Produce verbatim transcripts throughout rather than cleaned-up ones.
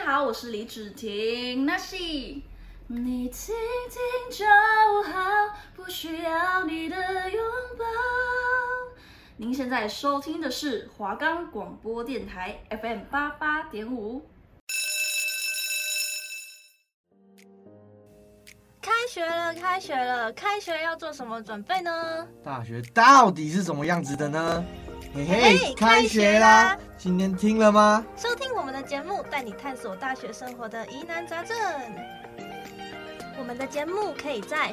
好，我是李芷婷，那是你听听就好，不需要你的拥抱。您现在收听的是华冈广播电台 F M 八八点五。 开学了，开学了，开学要做什么准备呢？ 大学到底是什么样子的呢？嘿嘿， 嘿开学啦！今天听了吗？ 收听我们的节目，带你探索大学生活的疑难杂症。我们的节目可以在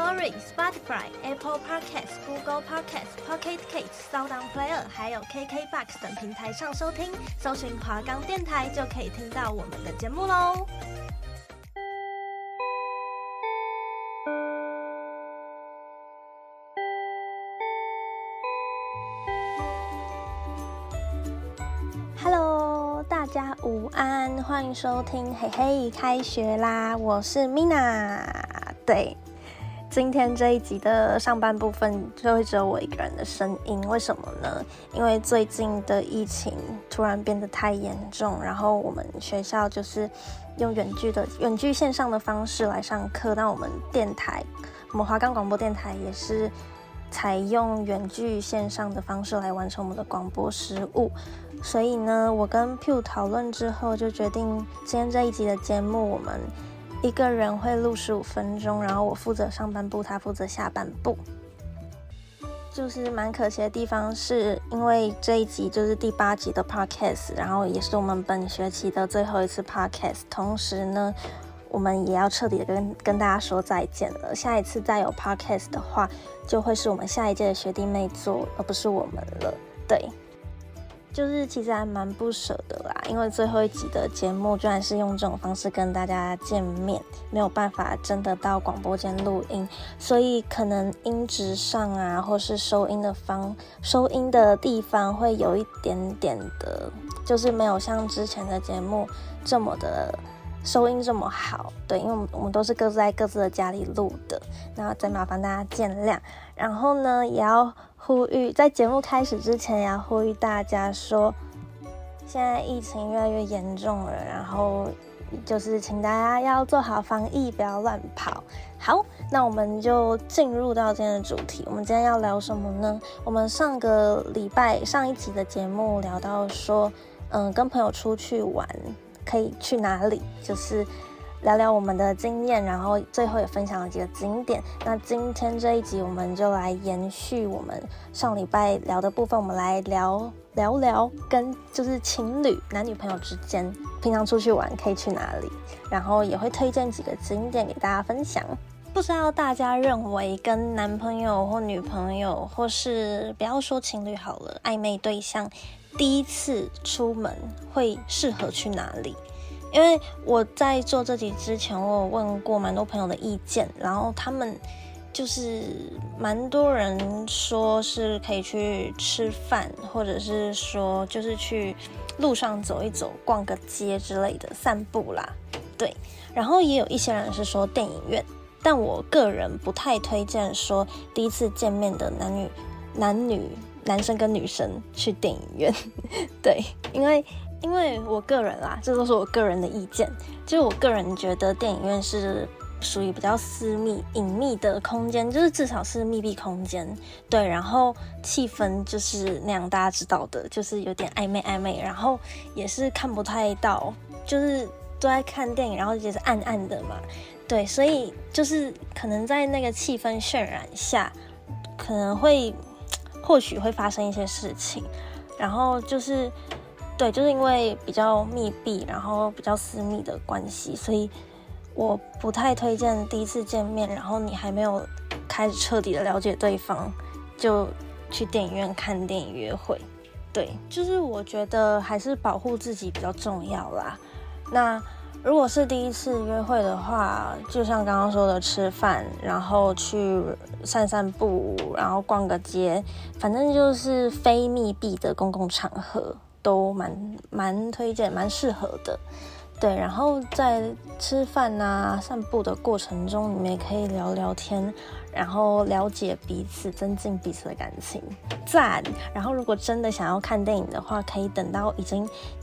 Firstory、Spotify、Apple Podcasts、Google Podcasts、Pocket Casts、Sound Player 还有 K K B O X 等平台上收听，搜寻华冈电台就可以听到我们的节目喽。Hello， 大家午安，欢迎收听嘿嘿开学啦，我是 Mina。对，今天这一集的上半部分就会只有我一个人的声音，为什么呢？因为最近的疫情突然变得太严重，然后我们学校就是用远距的远距线上的方式来上课，那我们电台，我们华冈广播电台也是采用远距线上的方式来完成我们的广播实务。所以呢，我跟 Pew 讨论之后，就决定今天这一集的节目，我们一个人会录十五分钟，然后我负责上半部，他负责下半部。就是蛮可惜的地方是，因为这一集就是第八集的 Podcast， 然后也是我们本学期的最后一次 Podcast， 同时呢，我们也要彻底的跟跟大家说再见了。下一次再有 Podcast 的话，就会是我们下一届的学弟妹做，而不是我们了。对。就是其实还蛮不舍的啦，因为最后一集的节目居然是用这种方式跟大家见面，没有办法真的到广播间录音，所以可能音质上啊，或是收音的方收音的地方会有一点点的，就是没有像之前的节目这么的收音这么好。对，因为我们我们都是各自在各自的家里录的，那再麻烦大家见谅。然后呢，也要呼吁，在节目开始之前也要呼吁大家说，现在疫情越来越严重了，然后就是请大家要做好防疫，不要乱跑。好，那我们就进入到今天的主题。我们今天要聊什么呢？我们上个礼拜上一集的节目聊到说，嗯，跟朋友出去玩可以去哪里，就是聊聊我们的经验，然后最后也分享了几个景点。那今天这一集我们就来延续我们上礼拜聊的部分，我们来聊聊聊跟就是情侣男女朋友之间平常出去玩可以去哪里，然后也会推荐几个景点给大家分享。不知道大家认为跟男朋友或女朋友，或是不要说情侣好了，暧昧对象第一次出门会适合去哪里？因为我在做这集之前，我有问过蛮多朋友的意见，然后他们就是蛮多人说是可以去吃饭，或者是说就是去路上走一走，逛个街之类的，散步啦。对，然后也有一些人是说电影院，但我个人不太推荐说第一次见面的男女男女男生跟女生去电影院。对，因为因为我个人啦，这都是我个人的意见，就是我个人觉得电影院是属于比较私密隐秘的空间，就是至少是密闭空间。对，然后气氛就是那样，大家知道的，就是有点暧昧暧昧，然后也是看不太到，就是都在看电影，然后也是暗暗的嘛。对，所以就是可能在那个气氛渲染下，可能会或许会发生一些事情，然后就是对，就是因为比较密闭，然后比较私密的关系，所以我不太推荐第一次见面，然后你还没有开始彻底的了解对方，就去电影院看电影约会。对，就是我觉得还是保护自己比较重要啦。那如果是第一次约会的话，就像刚刚说的，吃饭，然后去散散步，然后逛个街，反正就是非密闭的公共场合都蛮蛮推荐，蛮适合的。对，然后在吃饭啊、散步的过程中，你们也可以聊聊天，然后了解彼此，增进彼此的感情，赞。然后如果真的想要看电影的话，可以等到已经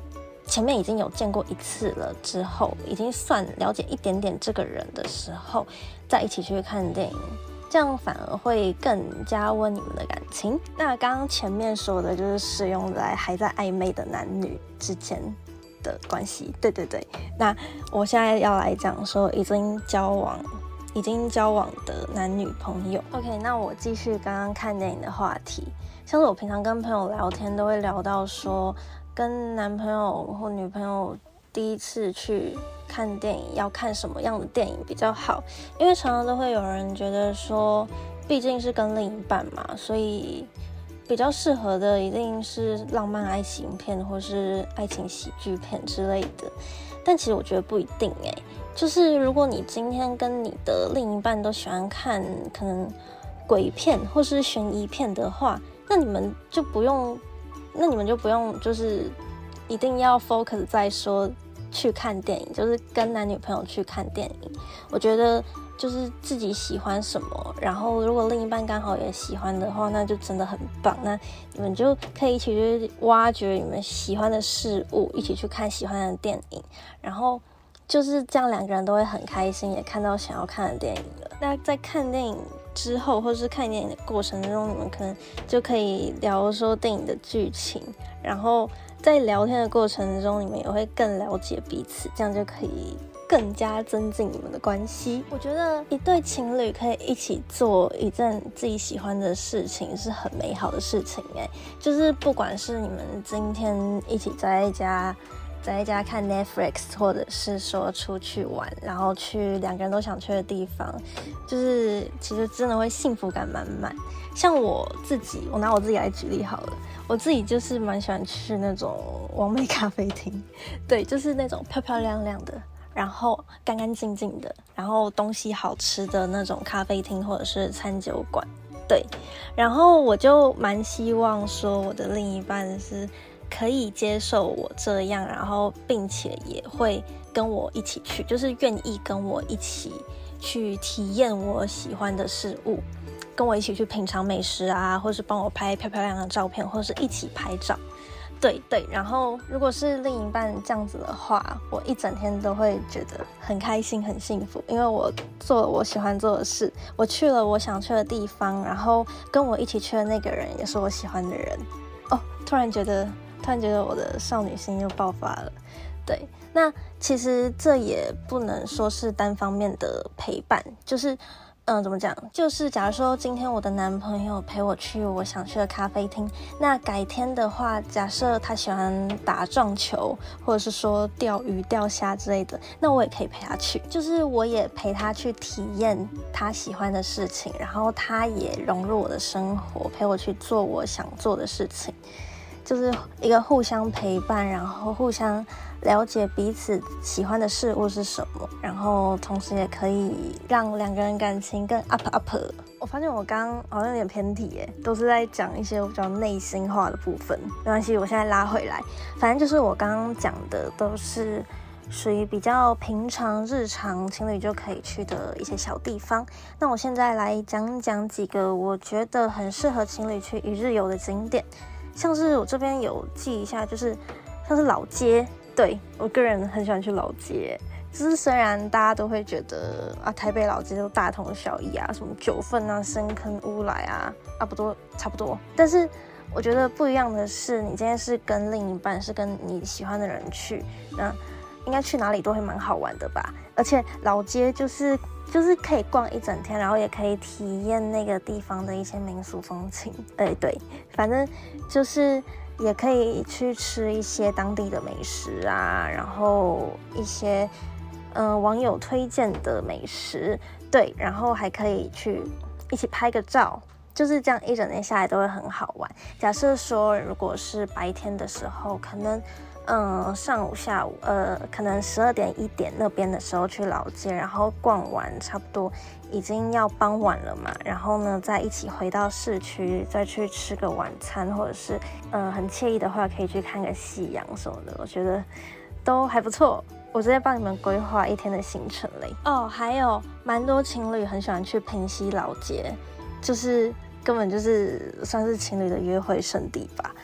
前面已经有见过一次了之后，已经算了解一点点这个人的时候，再一起去看电影，这样反而会更加温你们的感情。那刚刚前面说的就是适用在还在暧昧的男女之间的关系，对对对。那我现在要来讲说已经交往已经交往的男女朋友。 OK， 那我继续刚刚看电影的话题。像是我平常跟朋友聊天都会聊到说，跟男朋友或女朋友第一次去看电影要看什么样的电影比较好，因为常常都会有人觉得说，毕竟是跟另一半嘛，所以比较适合的一定是浪漫爱情片或是爱情喜剧片之类的。但其实我觉得不一定欸，就是如果你今天跟你的另一半都喜欢看可能鬼片或是悬疑片的话，那你们就不用那你们就不用就是一定要 focus 在说去看电影，就是跟男女朋友去看电影。我觉得就是自己喜欢什么，然后如果另一半刚好也喜欢的话，那就真的很棒。那你们就可以一起去挖掘你们喜欢的事物，一起去看喜欢的电影，然后就是这样两个人都会很开心，也看到想要看的电影了。那在看电影之后，或是看电影的过程中，你们可能就可以聊说电影的剧情，然后在聊天的过程中，你们也会更了解彼此，这样就可以更加增进你们的关系。我觉得一对情侣可以一起做一件自己喜欢的事情是很美好的事情哎，就是不管是你们今天一起在一家在家看 Netflix， 或者是说出去玩，然后去两个人都想去的地方，就是其实真的会幸福感满满。像我自己，我拿我自己来举例好了，我自己就是蛮喜欢去那种网美咖啡厅，对，就是那种漂漂亮亮的，然后干干净净的，然后东西好吃的那种咖啡厅或者是餐酒馆，对。然后我就蛮希望说我的另一半是可以接受我这样，然后并且也会跟我一起去，就是愿意跟我一起去体验我喜欢的事物，跟我一起去品尝美食啊，或是帮我拍漂漂亮亮的照片，或是一起拍照。对对，然后如果是另一半这样子的话，我一整天都会觉得很开心很幸福，因为我做了我喜欢做的事，我去了我想去的地方，然后跟我一起去的那个人也是我喜欢的人。哦，突然觉得突然觉得我的少女心又爆发了。对，那其实这也不能说是单方面的陪伴，就是嗯，怎么讲？就是假如说今天我的男朋友陪我去我想去的咖啡厅，那改天的话，假设他喜欢打撞球，或者是说钓鱼、钓虾之类的，那我也可以陪他去，就是我也陪他去体验他喜欢的事情，然后他也融入我的生活，陪我去做我想做的事情。就是一个互相陪伴，然后互相了解彼此喜欢的事物是什么，然后同时也可以让两个人感情更 up up。我发现我刚刚好像有点偏题耶，都是在讲一些我比较内心化的部分。没关系，我现在拉回来，反正就是我刚刚讲的都是属于比较平常日常情侣就可以去的一些小地方。那我现在来讲讲几个我觉得很适合情侣去一日游的景点。像是我这边有记一下，就是像是老街，对，我个人很喜欢去老街。就是虽然大家都会觉得啊，台北老街都大同小异啊，什么九份啊、深坑、乌来啊，啊不多差不多。但是我觉得不一样的是，你今天是跟另一半，是跟你喜欢的人去，那应该去哪里都会蛮好玩的吧。而且老街就是就是可以逛一整天，然后也可以体验那个地方的一些民俗风情。哎，对，反正就是也可以去吃一些当地的美食啊，然后一些嗯、呃、网友推荐的美食，对，然后还可以去一起拍个照。就是这样一整天下来都会很好玩。假设说如果是白天的时候，可能嗯，上午、下午，呃，可能十二点、一点那边的时候去老街，然后逛完，差不多已经要傍晚了嘛。然后呢，再一起回到市区，再去吃个晚餐，或者是，嗯、呃，很惬意的话，可以去看个夕阳什么的。我觉得都还不错。我直接帮你们规划一天的行程嘞。哦，还有蛮多情侣很喜欢去平溪老街，就是根本就是算是情侣的约会圣地吧。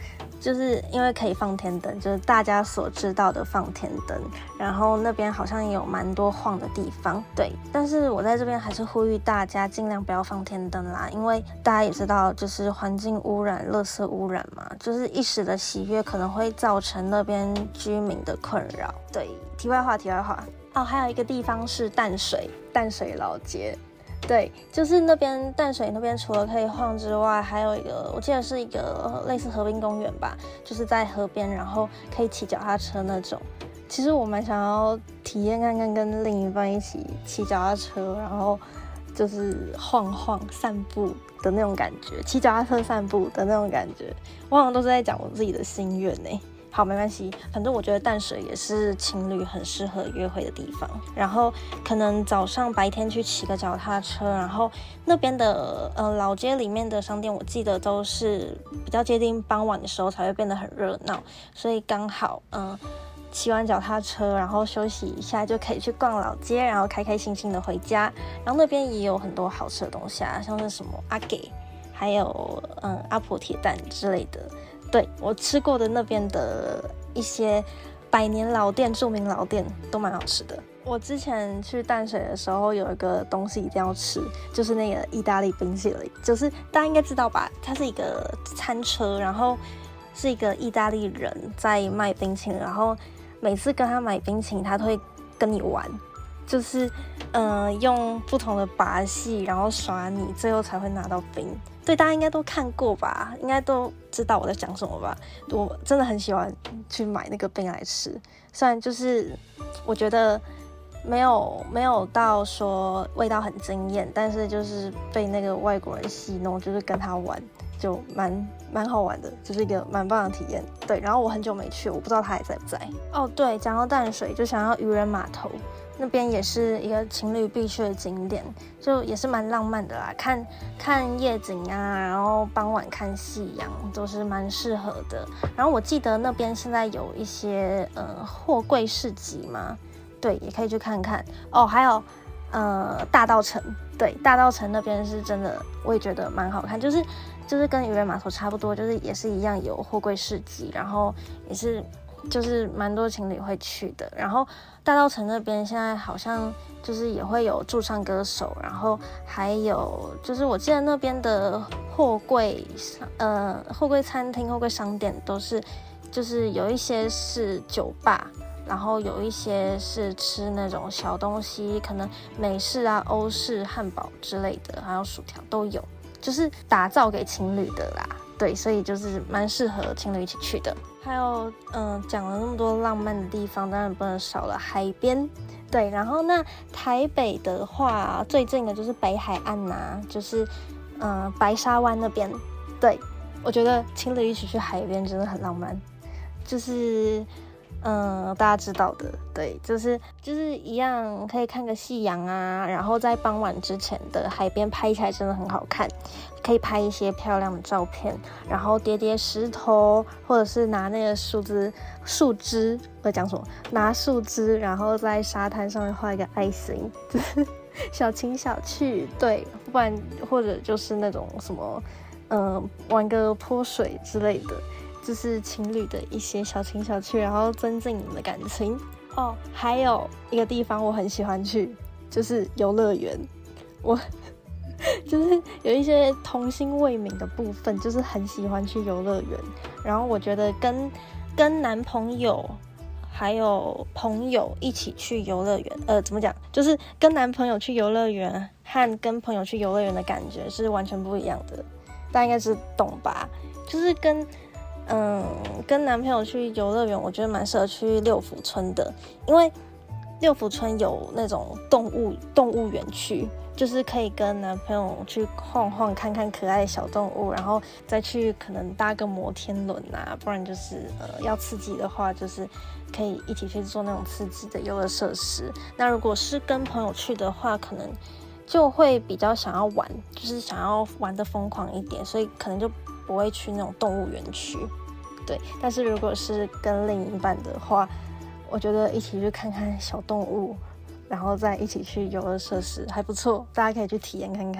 就是因为可以放天灯，就是大家所知道的放天灯，然后那边好像也有蛮多晃的地方，对。但是我在这边还是呼吁大家尽量不要放天灯啦，因为大家也知道，就是环境污染、垃圾污染嘛，就是一时的喜悦可能会造成那边居民的困扰。对，题外话，题外话哦，还有一个地方是淡水，淡水老街。对，就是那边淡水那边除了可以晃之外，还有一个我记得是一个类似河滨公园吧，就是在河边，然后可以骑脚踏车那种。其实我蛮想要体验看看跟另一半一起骑脚踏车，然后就是晃晃散步的那种感觉，骑脚踏车散步的那种感觉。我好像都是在讲我自己的心愿呢。好，没关系，反正我觉得淡水也是情侣很适合约会的地方。然后可能早上白天去骑个脚踏车，然后那边的呃老街里面的商店，我记得都是比较接近傍晚的时候才会变得很热闹，所以刚好嗯骑完脚踏车，然后休息一下就可以去逛老街，然后开开心心的回家。然后那边也有很多好吃的东西啊，像是什么阿给，还有嗯阿婆铁蛋之类的。对，我吃过的那边的一些百年老店、著名老店都蛮好吃的。我之前去淡水的时候，有一个东西一定要吃，就是那个意大利冰淇淋，就是大家应该知道吧？它是一个餐车，然后是一个意大利人在卖冰淇淋，然后每次跟他买冰淇淋，他都会跟你玩，就是嗯、呃、用不同的把戏，然后耍你，最后才会拿到冰。对，大家应该都看过吧，应该都知道我在讲什么吧。我真的很喜欢去买那个冰来吃，虽然就是我觉得没有没有到说味道很惊艳，但是就是被那个外国人戏弄，就是跟他玩就蛮蛮好玩的，就是一个蛮棒的体验。对，然后我很久没去，我不知道他还在不在。哦，对，讲到淡水就想要渔人码头。那边也是一个情侣必去的景点，就也是蛮浪漫的啦，看看夜景啊，然后傍晚看夕阳都是蛮适合的。然后我记得那边现在有一些呃货柜市集嘛，对，也可以去看看哦。还有呃大稻埕，对，大稻埕那边是真的，我也觉得蛮好看，就是就是跟渔人码头差不多，就是也是一样有货柜市集，然后也是。就是蛮多情侣会去的，然后大稻埕那边现在好像就是也会有驻唱歌手，然后还有就是我记得那边的货柜呃货柜餐厅、货柜商店都是就是有一些是酒吧，然后有一些是吃那种小东西，可能美式啊、欧式汉堡之类的，还有薯条都有，就是打造给情侣的啦。对，所以就是蛮适合情侣一起去的。还有，嗯、呃，讲了那么多浪漫的地方，当然不能少了海边。对，然后那台北的话，最近的就是北海岸啊，就是嗯、呃、白沙湾那边。对，我觉得情侣一起去海边真的很浪漫，就是嗯、呃、大家知道的，对，就是就是一样可以看个夕阳啊，然后在傍晚之前的海边拍起来真的很好看。可以拍一些漂亮的照片，然后叠叠石头，或者是拿那个树枝，树枝，我在讲什么？拿树枝，然后在沙滩上面画一个爱心，就是小情小趣。对，不然或者就是那种什么，嗯、呃，玩个泼水之类的，就是情侣的一些小情小趣，然后增进你们的感情。哦，还有一个地方我很喜欢去，就是游乐园。我。就是有一些童心未泯的部分，就是很喜欢去游乐园。然后我觉得跟跟男朋友还有朋友一起去游乐园，呃，怎么讲？就是跟男朋友去游乐园和跟朋友去游乐园的感觉是完全不一样的。大家应该是懂吧？就是跟嗯跟男朋友去游乐园，我觉得蛮适合去六福村的，因为六福村有那种动物动物园区。就是可以跟男朋友去晃晃，看看可爱的小动物，然后再去可能搭个摩天轮啊，不然就是呃要刺激的话，就是可以一起去做那种刺激的游乐设施。那如果是跟朋友去的话，可能就会比较想要玩，就是想要玩得疯狂一点，所以可能就不会去那种动物园区。对，但是如果是跟另一半的话，我觉得一起去看看小动物。然后再一起去游乐设施还不错，大家可以去体验看看。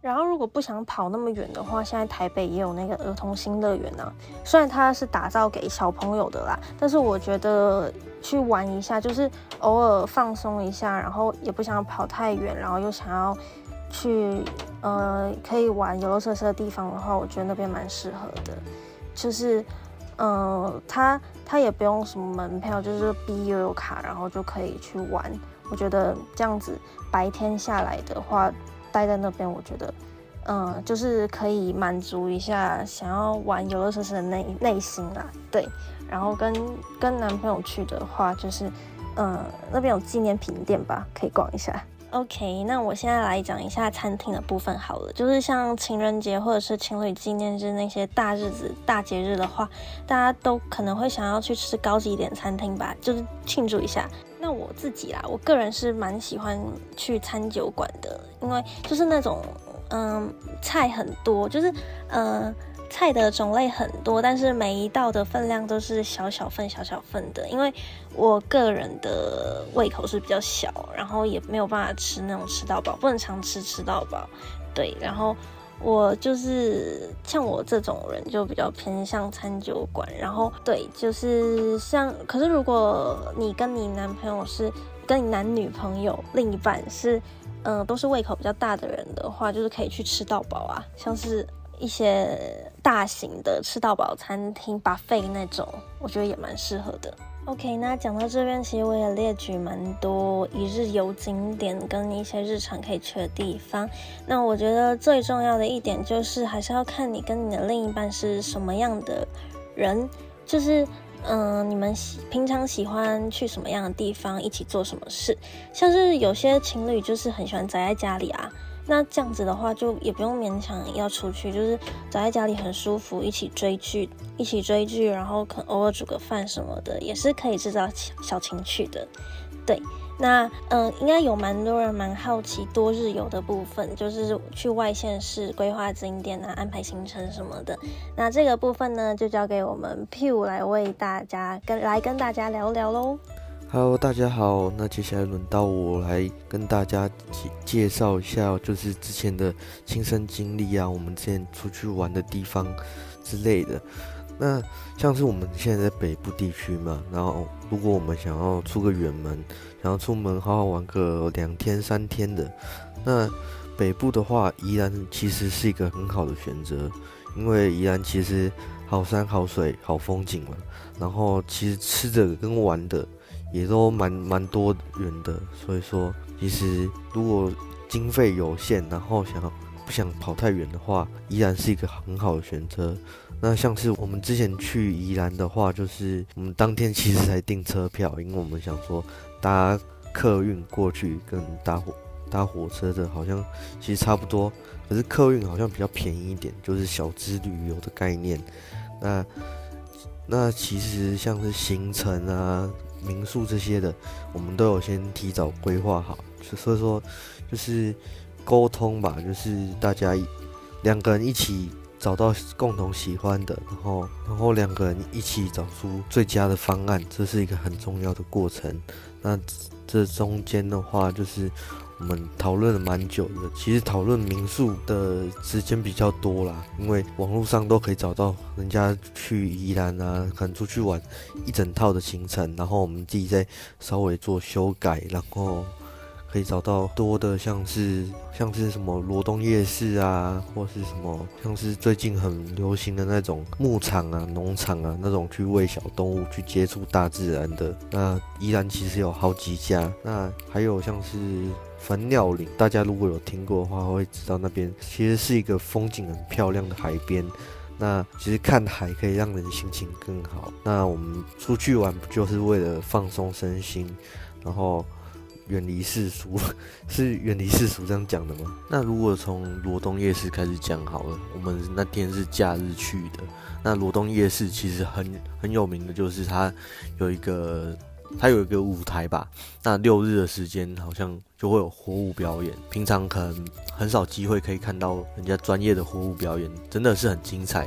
然后如果不想跑那么远的话，现在台北也有那个儿童新乐园啊，虽然它是打造给小朋友的啦，但是我觉得去玩一下，就是偶尔放松一下，然后也不想跑太远，然后又想要去呃可以玩游乐设施的地方的话，我觉得那边蛮适合的。就是呃它它也不用什么门票，就是逼悠游卡，然后就可以去玩。我觉得这样子白天下来的话，待在那边，我觉得，嗯，就是可以满足一下想要玩游乐设施的内内心啦，对。然后跟跟男朋友去的话，就是，嗯，那边有纪念品店吧，可以逛一下。OK， 那我现在来讲一下餐厅的部分好了。就是像情人节或者是情侣纪念日那些大日子、大节日的话，大家都可能会想要去吃高级一点餐厅吧，就是庆祝一下。那我自己啦，我个人是蛮喜欢去餐酒馆的，因为就是那种嗯菜很多，就是嗯菜的种类很多，但是每一道的分量都是小小份小小份的。因为我个人的胃口是比较小，然后也没有办法吃那种吃到饱，不能常吃吃到饱。对，然后我就是像我这种人就比较偏向餐酒馆，然后对，就是像，可是如果你跟你男朋友是跟你男女朋友另一半是嗯、呃、都是胃口比较大的人的话，就是可以去吃到饱啊，像是一些大型的吃到饱餐厅 buffet 那种，我觉得也蛮适合的。OK， 那讲到这边，其实我也列举蛮多一日游景点跟一些日常可以去的地方。那我觉得最重要的一点就是，还是要看你跟你的另一半是什么样的人，就是嗯、呃，你们喜平常喜欢去什么样的地方，一起做什么事。像是有些情侣就是很喜欢宅在家里啊。那这样子的话，就也不用勉强要出去，就是宅在家里很舒服，一起追剧，一起追剧，然后可能偶尔煮个饭什么的，也是可以制造小情趣的。对，那嗯，应该有蛮多人蛮好奇多日游的部分，就是去外县市规划景点啊，安排行程什么的。那这个部分呢，就交给我们 Pew 来为大家跟来跟大家聊聊咯。 Hello， 大家好。那接下来轮到我来跟大家介绍一下，就是之前的亲身经历啊，我们之前出去玩的地方之类的。那像是我们现在在北部地区嘛，然后如果我们想要出个远门，想要出门好好玩个两天三天的，那北部的话，宜兰其实是一个很好的选择，因为宜兰其实好山好水好风景嘛，然后其实吃的跟玩的也都蛮蛮多元的，所以说其实如果经费有限，然后想不想跑太远的话，宜兰是一个很好的选择。那像是我们之前去宜兰的话，就是我们当天其实才订车票，因为我们想说搭客运过去跟搭火搭火车的好像其实差不多，可是客运好像比较便宜一点，就是小资旅游的概念。那那其实像是行程啊、民宿这些的，我们都有先提早规划好，所以说就是沟通吧，就是大家两个人一起找到共同喜欢的，然后然后两个人一起找出最佳的方案，这是一个很重要的过程。那这中间的话，就是我们讨论了蛮久的，其实讨论民宿的时间比较多啦，因为网络上都可以找到人家去宜兰啊，可能出去玩一整套的行程，然后我们自己再稍微做修改，然后可以找到多的像是像是什么罗东夜市啊，或是什么像是最近很流行的那种牧场啊、农场啊那种去喂小动物、去接触大自然的。那宜兰其实有好几家，那还有像是粉鸟岭，大家如果有听过的话，会知道那边其实是一个风景很漂亮的海边。那其实看海可以让人心情更好。那我们出去玩不就是为了放松身心，然后远离世俗，是远离世俗这样讲的吗？那如果从罗东夜市开始讲好了，我们那天是假日去的。那罗东夜市其实很很有名的，就是它有一个它有一个舞台吧。那六日的时间好像就会有火舞表演，平常可能很少机会可以看到人家专业的火舞表演，真的是很精彩。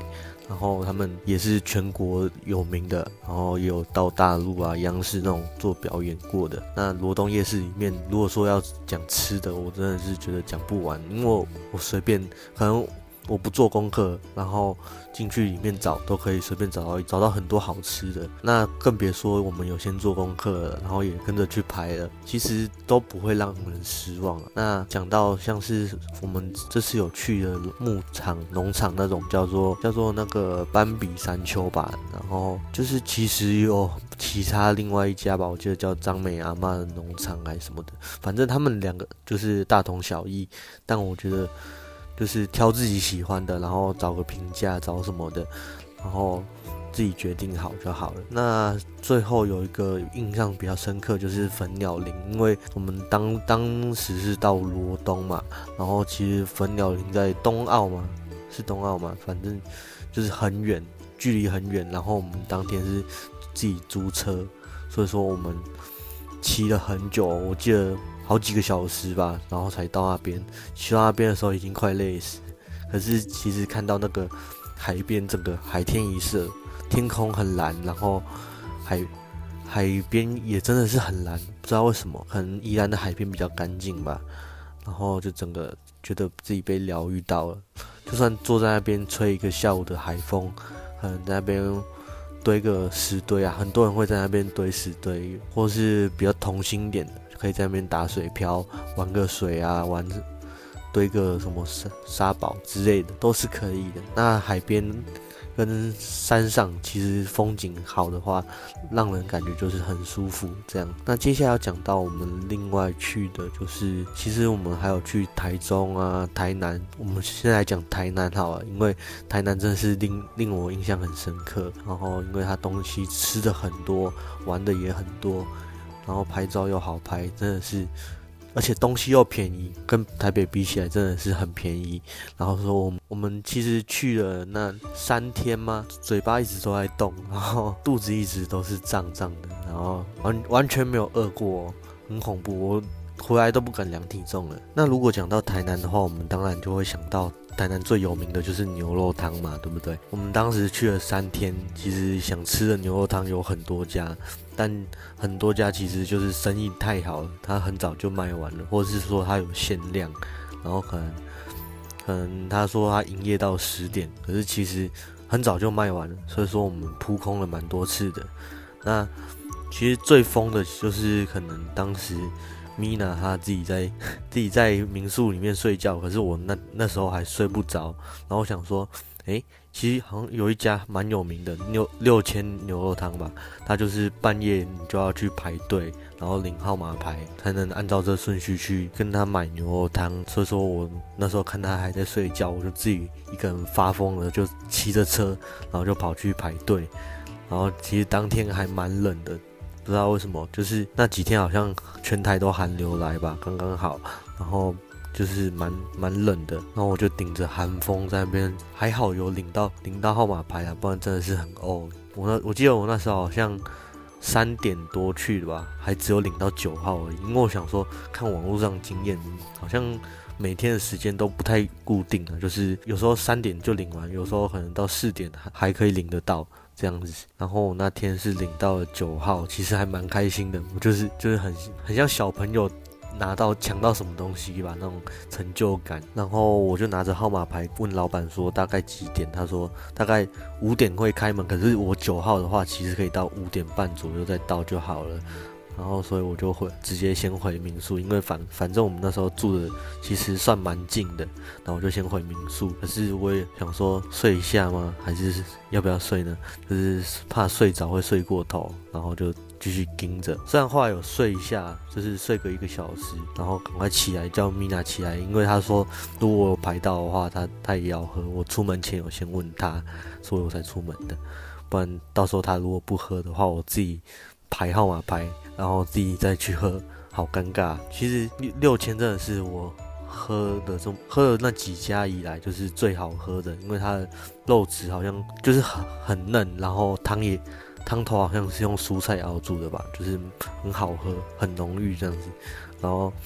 然后他们也是全国有名的，然后也有到大陆啊、央视那种做表演过的。那罗东夜市里面，如果说要讲吃的，我真的是觉得讲不完，因为我我随便可能。我不做功课，然后进去里面找都可以随便找到找到很多好吃的，那更别说我们有先做功课了，然后也跟着去拍了，其实都不会让人失望。那讲到像是我们这次有去的牧场、农场那种叫做叫做那个斑比山丘吧，然后就是其实有其他另外一家吧，我记得叫张美阿嬷的农场还是什么的，反正他们两个就是大同小异，但我觉得。就是挑自己喜欢的，然后找个评价，找什么的，然后自己决定好就好了。那最后有一个印象比较深刻，就是粉鸟林，因为我们当当时是到罗东嘛，然后其实粉鸟林在东澳嘛，是东澳嘛，反正就是很远，距离很远。然后我们当天是自己租车，所以说我们骑了很久，我记得。好几个小时吧，然后才到那边。去到那边的时候已经快累死，可是其实看到那个海边，整个海天一色，天空很蓝，然后海海边也真的是很蓝，不知道为什么，可能宜兰的海边比较干净吧。然后就整个觉得自己被疗愈到了，就算坐在那边吹一个下午的海风，可能在那边堆个石堆啊，很多人会在那边堆石堆，或是比较童心一点的。可以在那边打水漂，玩个水啊，玩堆个什么沙沙堡之类的，都是可以的。那海边跟山上其实风景好的话，让人感觉就是很舒服这样。那接下来要讲到我们另外去的就是，其实我们还有去台中啊、台南。我们现在来讲台南好了，因为台南真的是令令我印象很深刻。然后因为它东西吃的很多，玩的也很多。然后拍照又好拍，真的是，而且东西又便宜，跟台北比起来真的是很便宜。然后说我们我们其实去了那三天嘛，嘴巴一直都在动，然后肚子一直都是胀胀的，然后完完全没有饿过，很恐怖。我回来都不敢量体重了。那如果讲到台南的话，我们当然就会想到台南最有名的就是牛肉汤嘛，对不对？我们当时去了三天，其实想吃的牛肉汤有很多家，但很多家其实就是生意太好了，他很早就卖完了，或者是说他有限量，然后可能可能他说他营业到十点，可是其实很早就卖完了，所以说我们扑空了蛮多次的。那其实最疯的就是可能当时Mina 她自己在自己在民宿里面睡觉，可是我那那时候还睡不着，然后我想说，诶，其实好像有一家蛮有名的六六千牛肉汤吧，它就是半夜你就要去排队，然后领号码牌才能按照这顺序去跟他买牛肉汤。所以说我那时候看他还在睡觉，我就自己一个人发疯了，就骑着车，然后就跑去排队。然后其实当天还蛮冷的。不知道为什么，就是那几天好像全台都寒流来吧，刚刚好，然后就是蛮蛮冷的，然后我就顶着寒风在那边，还好有领到领到号码牌啊，不然真的是很哦。我那我记得我那时候好像三点多去的吧，还只有领到九号而已，因为我想说看网络上经验，好像每天的时间都不太固定啊，就是有时候三点就领完，有时候可能到四点还还可以领得到。这样子，然后我那天是领到了九号，其实还蛮开心的。我就是就是很很像小朋友拿到抢到什么东西吧，那种成就感。然后我就拿着号码牌问老板说大概几点，他说大概五点会开门，可是我九号的话其实可以到五点半左右再到就好了。然后所以我就回直接先回民宿，因为反反正我们那时候住的其实算蛮近的，然后我就先回民宿。可是我也想说睡一下吗？还是要不要睡呢？就是怕睡着会睡过头，然后就继续盯着。虽然后来有睡一下，就是睡个一个小时，然后赶快起来叫 Mina 起来，因为他说如果我有排到的话，他他也要喝。我出门前有先问他，所以我才出门的，不然到时候他如果不喝的话，我自己排号码牌，然后自己再去喝，好尴尬。其实六千真的是我喝的这喝的那几家以来就是最好喝的，因为它的肉质好像就是很很嫩，然后汤也汤头好像是用蔬菜熬煮的吧，就是很好喝，很浓郁这样子。然后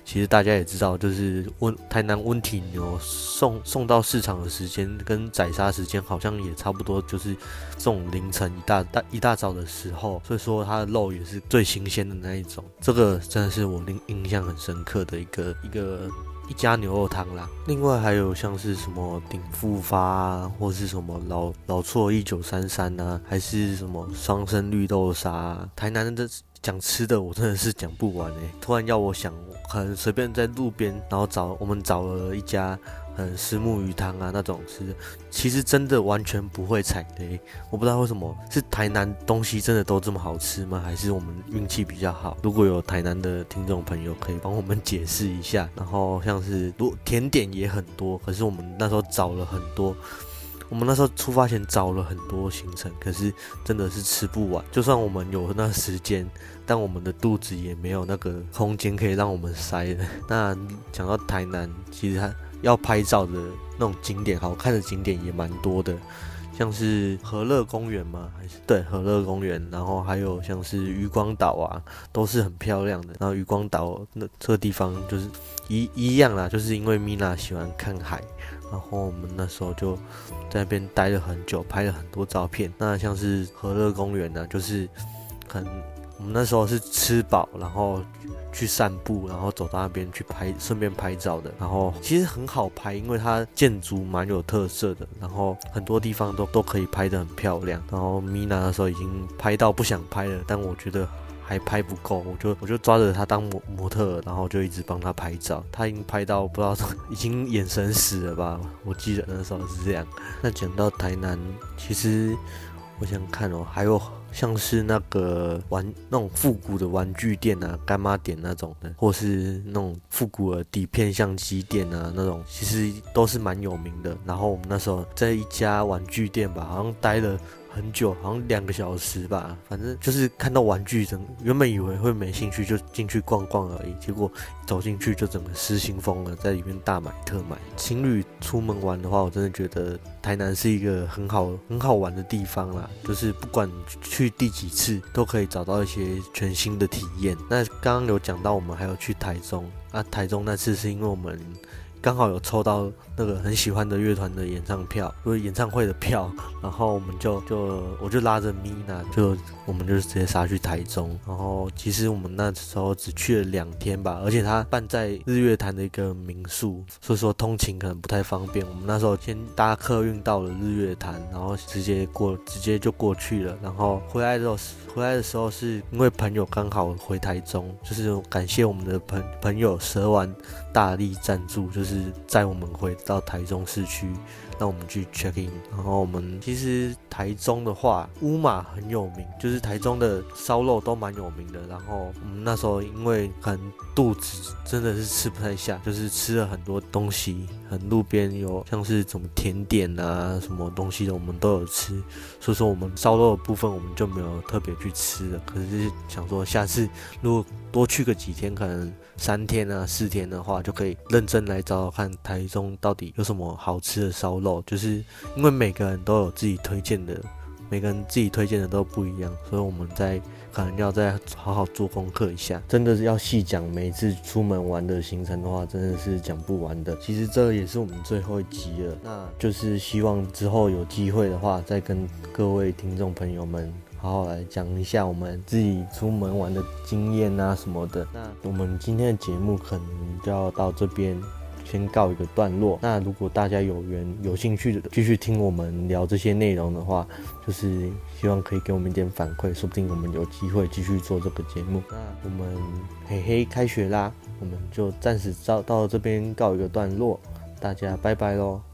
其实大家也知道，就是温台南温体牛送送到市场的时间跟宰杀时间好像也差不多，就是这种凌晨一大大一大早的时候，所以说它的肉也是最新鲜的那一种。这个真的是我印象很深刻的一个一个。一家牛肉汤啦，另外还有像是什么鼎富发啊，或是什么老老厝一九三三啊，还是什么双生绿豆沙、啊，台南的讲吃的我真的是讲不完哎、欸。突然要我想，可能随便在路边，然后找我们找了一家。嗯，虱目鱼汤啊那种吃的，其实真的完全不会踩雷。我不知道为什么，是台南东西真的都这么好吃吗？还是我们运气比较好？如果有台南的听众朋友可以帮我们解释一下。然后像是甜点也很多，可是我们那时候找了很多。我们那时候出发前找了很多行程，可是真的是吃不完。就算我们有那时间，但我们的肚子也没有那个空间可以让我们塞的。那讲到台南，其实它要拍照的那种景点，好看的景点也蛮多的，像是和乐公园吗？还是对和乐公园，然后还有像是渔光岛啊，都是很漂亮的。然后渔光岛那这个地方就是一一样啦，就是因为 Mina 喜欢看海，然后我们那时候就在那边待了很久，拍了很多照片。那像是和乐公园呢、啊，就是很我们那时候是吃饱，然后去散步，然后走到那边去拍，顺便拍照的。然后其实很好拍，因为它建筑蛮有特色的，然后很多地方都都可以拍得很漂亮。然后 Mina 那时候已经拍到不想拍了，但我觉得还拍不够，我就我就抓着他当模模特，然后就一直帮他拍照。他已经拍到不知道已经眼神死了吧？我记得那时候是这样。那讲到台南，其实我想看哦，还有像是那个玩那种复古的玩具店啊，干妈店那种的，或是那种复古的底片相机店啊，那种其实都是蛮有名的。然后我们那时候在一家玩具店吧，好像待了很久，好像两个小时吧，反正就是看到玩具，整原本以为会没兴趣，就进去逛逛而已，结果走进去就整个失心疯了，在里面大买特买。情侣出门玩的话，我真的觉得台南是一个很好很好玩的地方啦，就是不管去第几次，都可以找到一些全新的体验。那刚刚有讲到我们还有去台中啊，台中那次是因为我们刚好有抽到那个很喜欢的乐团的演唱票，就是演唱会的票，然后我们就就我就拉着 Mina， 就我们就直接杀去台中。然后其实我们那时候只去了两天吧，而且它办在日月潭的一个民宿，所以说通勤可能不太方便。我们那时候先搭客运到了日月潭，然后直接过直接就过去了。然后回来的时候回来的时候是因为朋友刚好回台中，就是感谢我们的朋朋友蛇丸大力赞助，就是载我们回到台中市区，让我们去 check in。 然后我们其实台中的话，乌马很有名，就是台中的烧肉都蛮有名的。然后我们那时候因为可能肚子真的是吃不太下，就是吃了很多东西，很路边有像是什么甜点啊什么东西的我们都有吃，所以说我们烧肉的部分我们就没有特别去吃了。可是想说下次如果多去个几天，可能三天啊四天的话，就可以认真来找找看台中到底有什么好吃的烧肉。就是因为每个人都有自己推荐的，每个人自己推荐的都不一样，所以我们在可能要再好好做功课一下。真的是要细讲每一次出门玩的行程的话，真的是讲不完的。其实这也是我们最后一集了，那就是希望之后有机会的话，再跟各位听众朋友们好好来讲一下我们自己出门玩的经验啊什么的。那我们今天的节目可能就要到这边先告一个段落。那如果大家有缘有兴趣的继续听我们聊这些内容的话，就是希望可以给我们一点反馈，说不定我们有机会继续做这个节目。那我们嘿嘿开学啦，我们就暂时到到这边告一个段落，大家拜拜咯。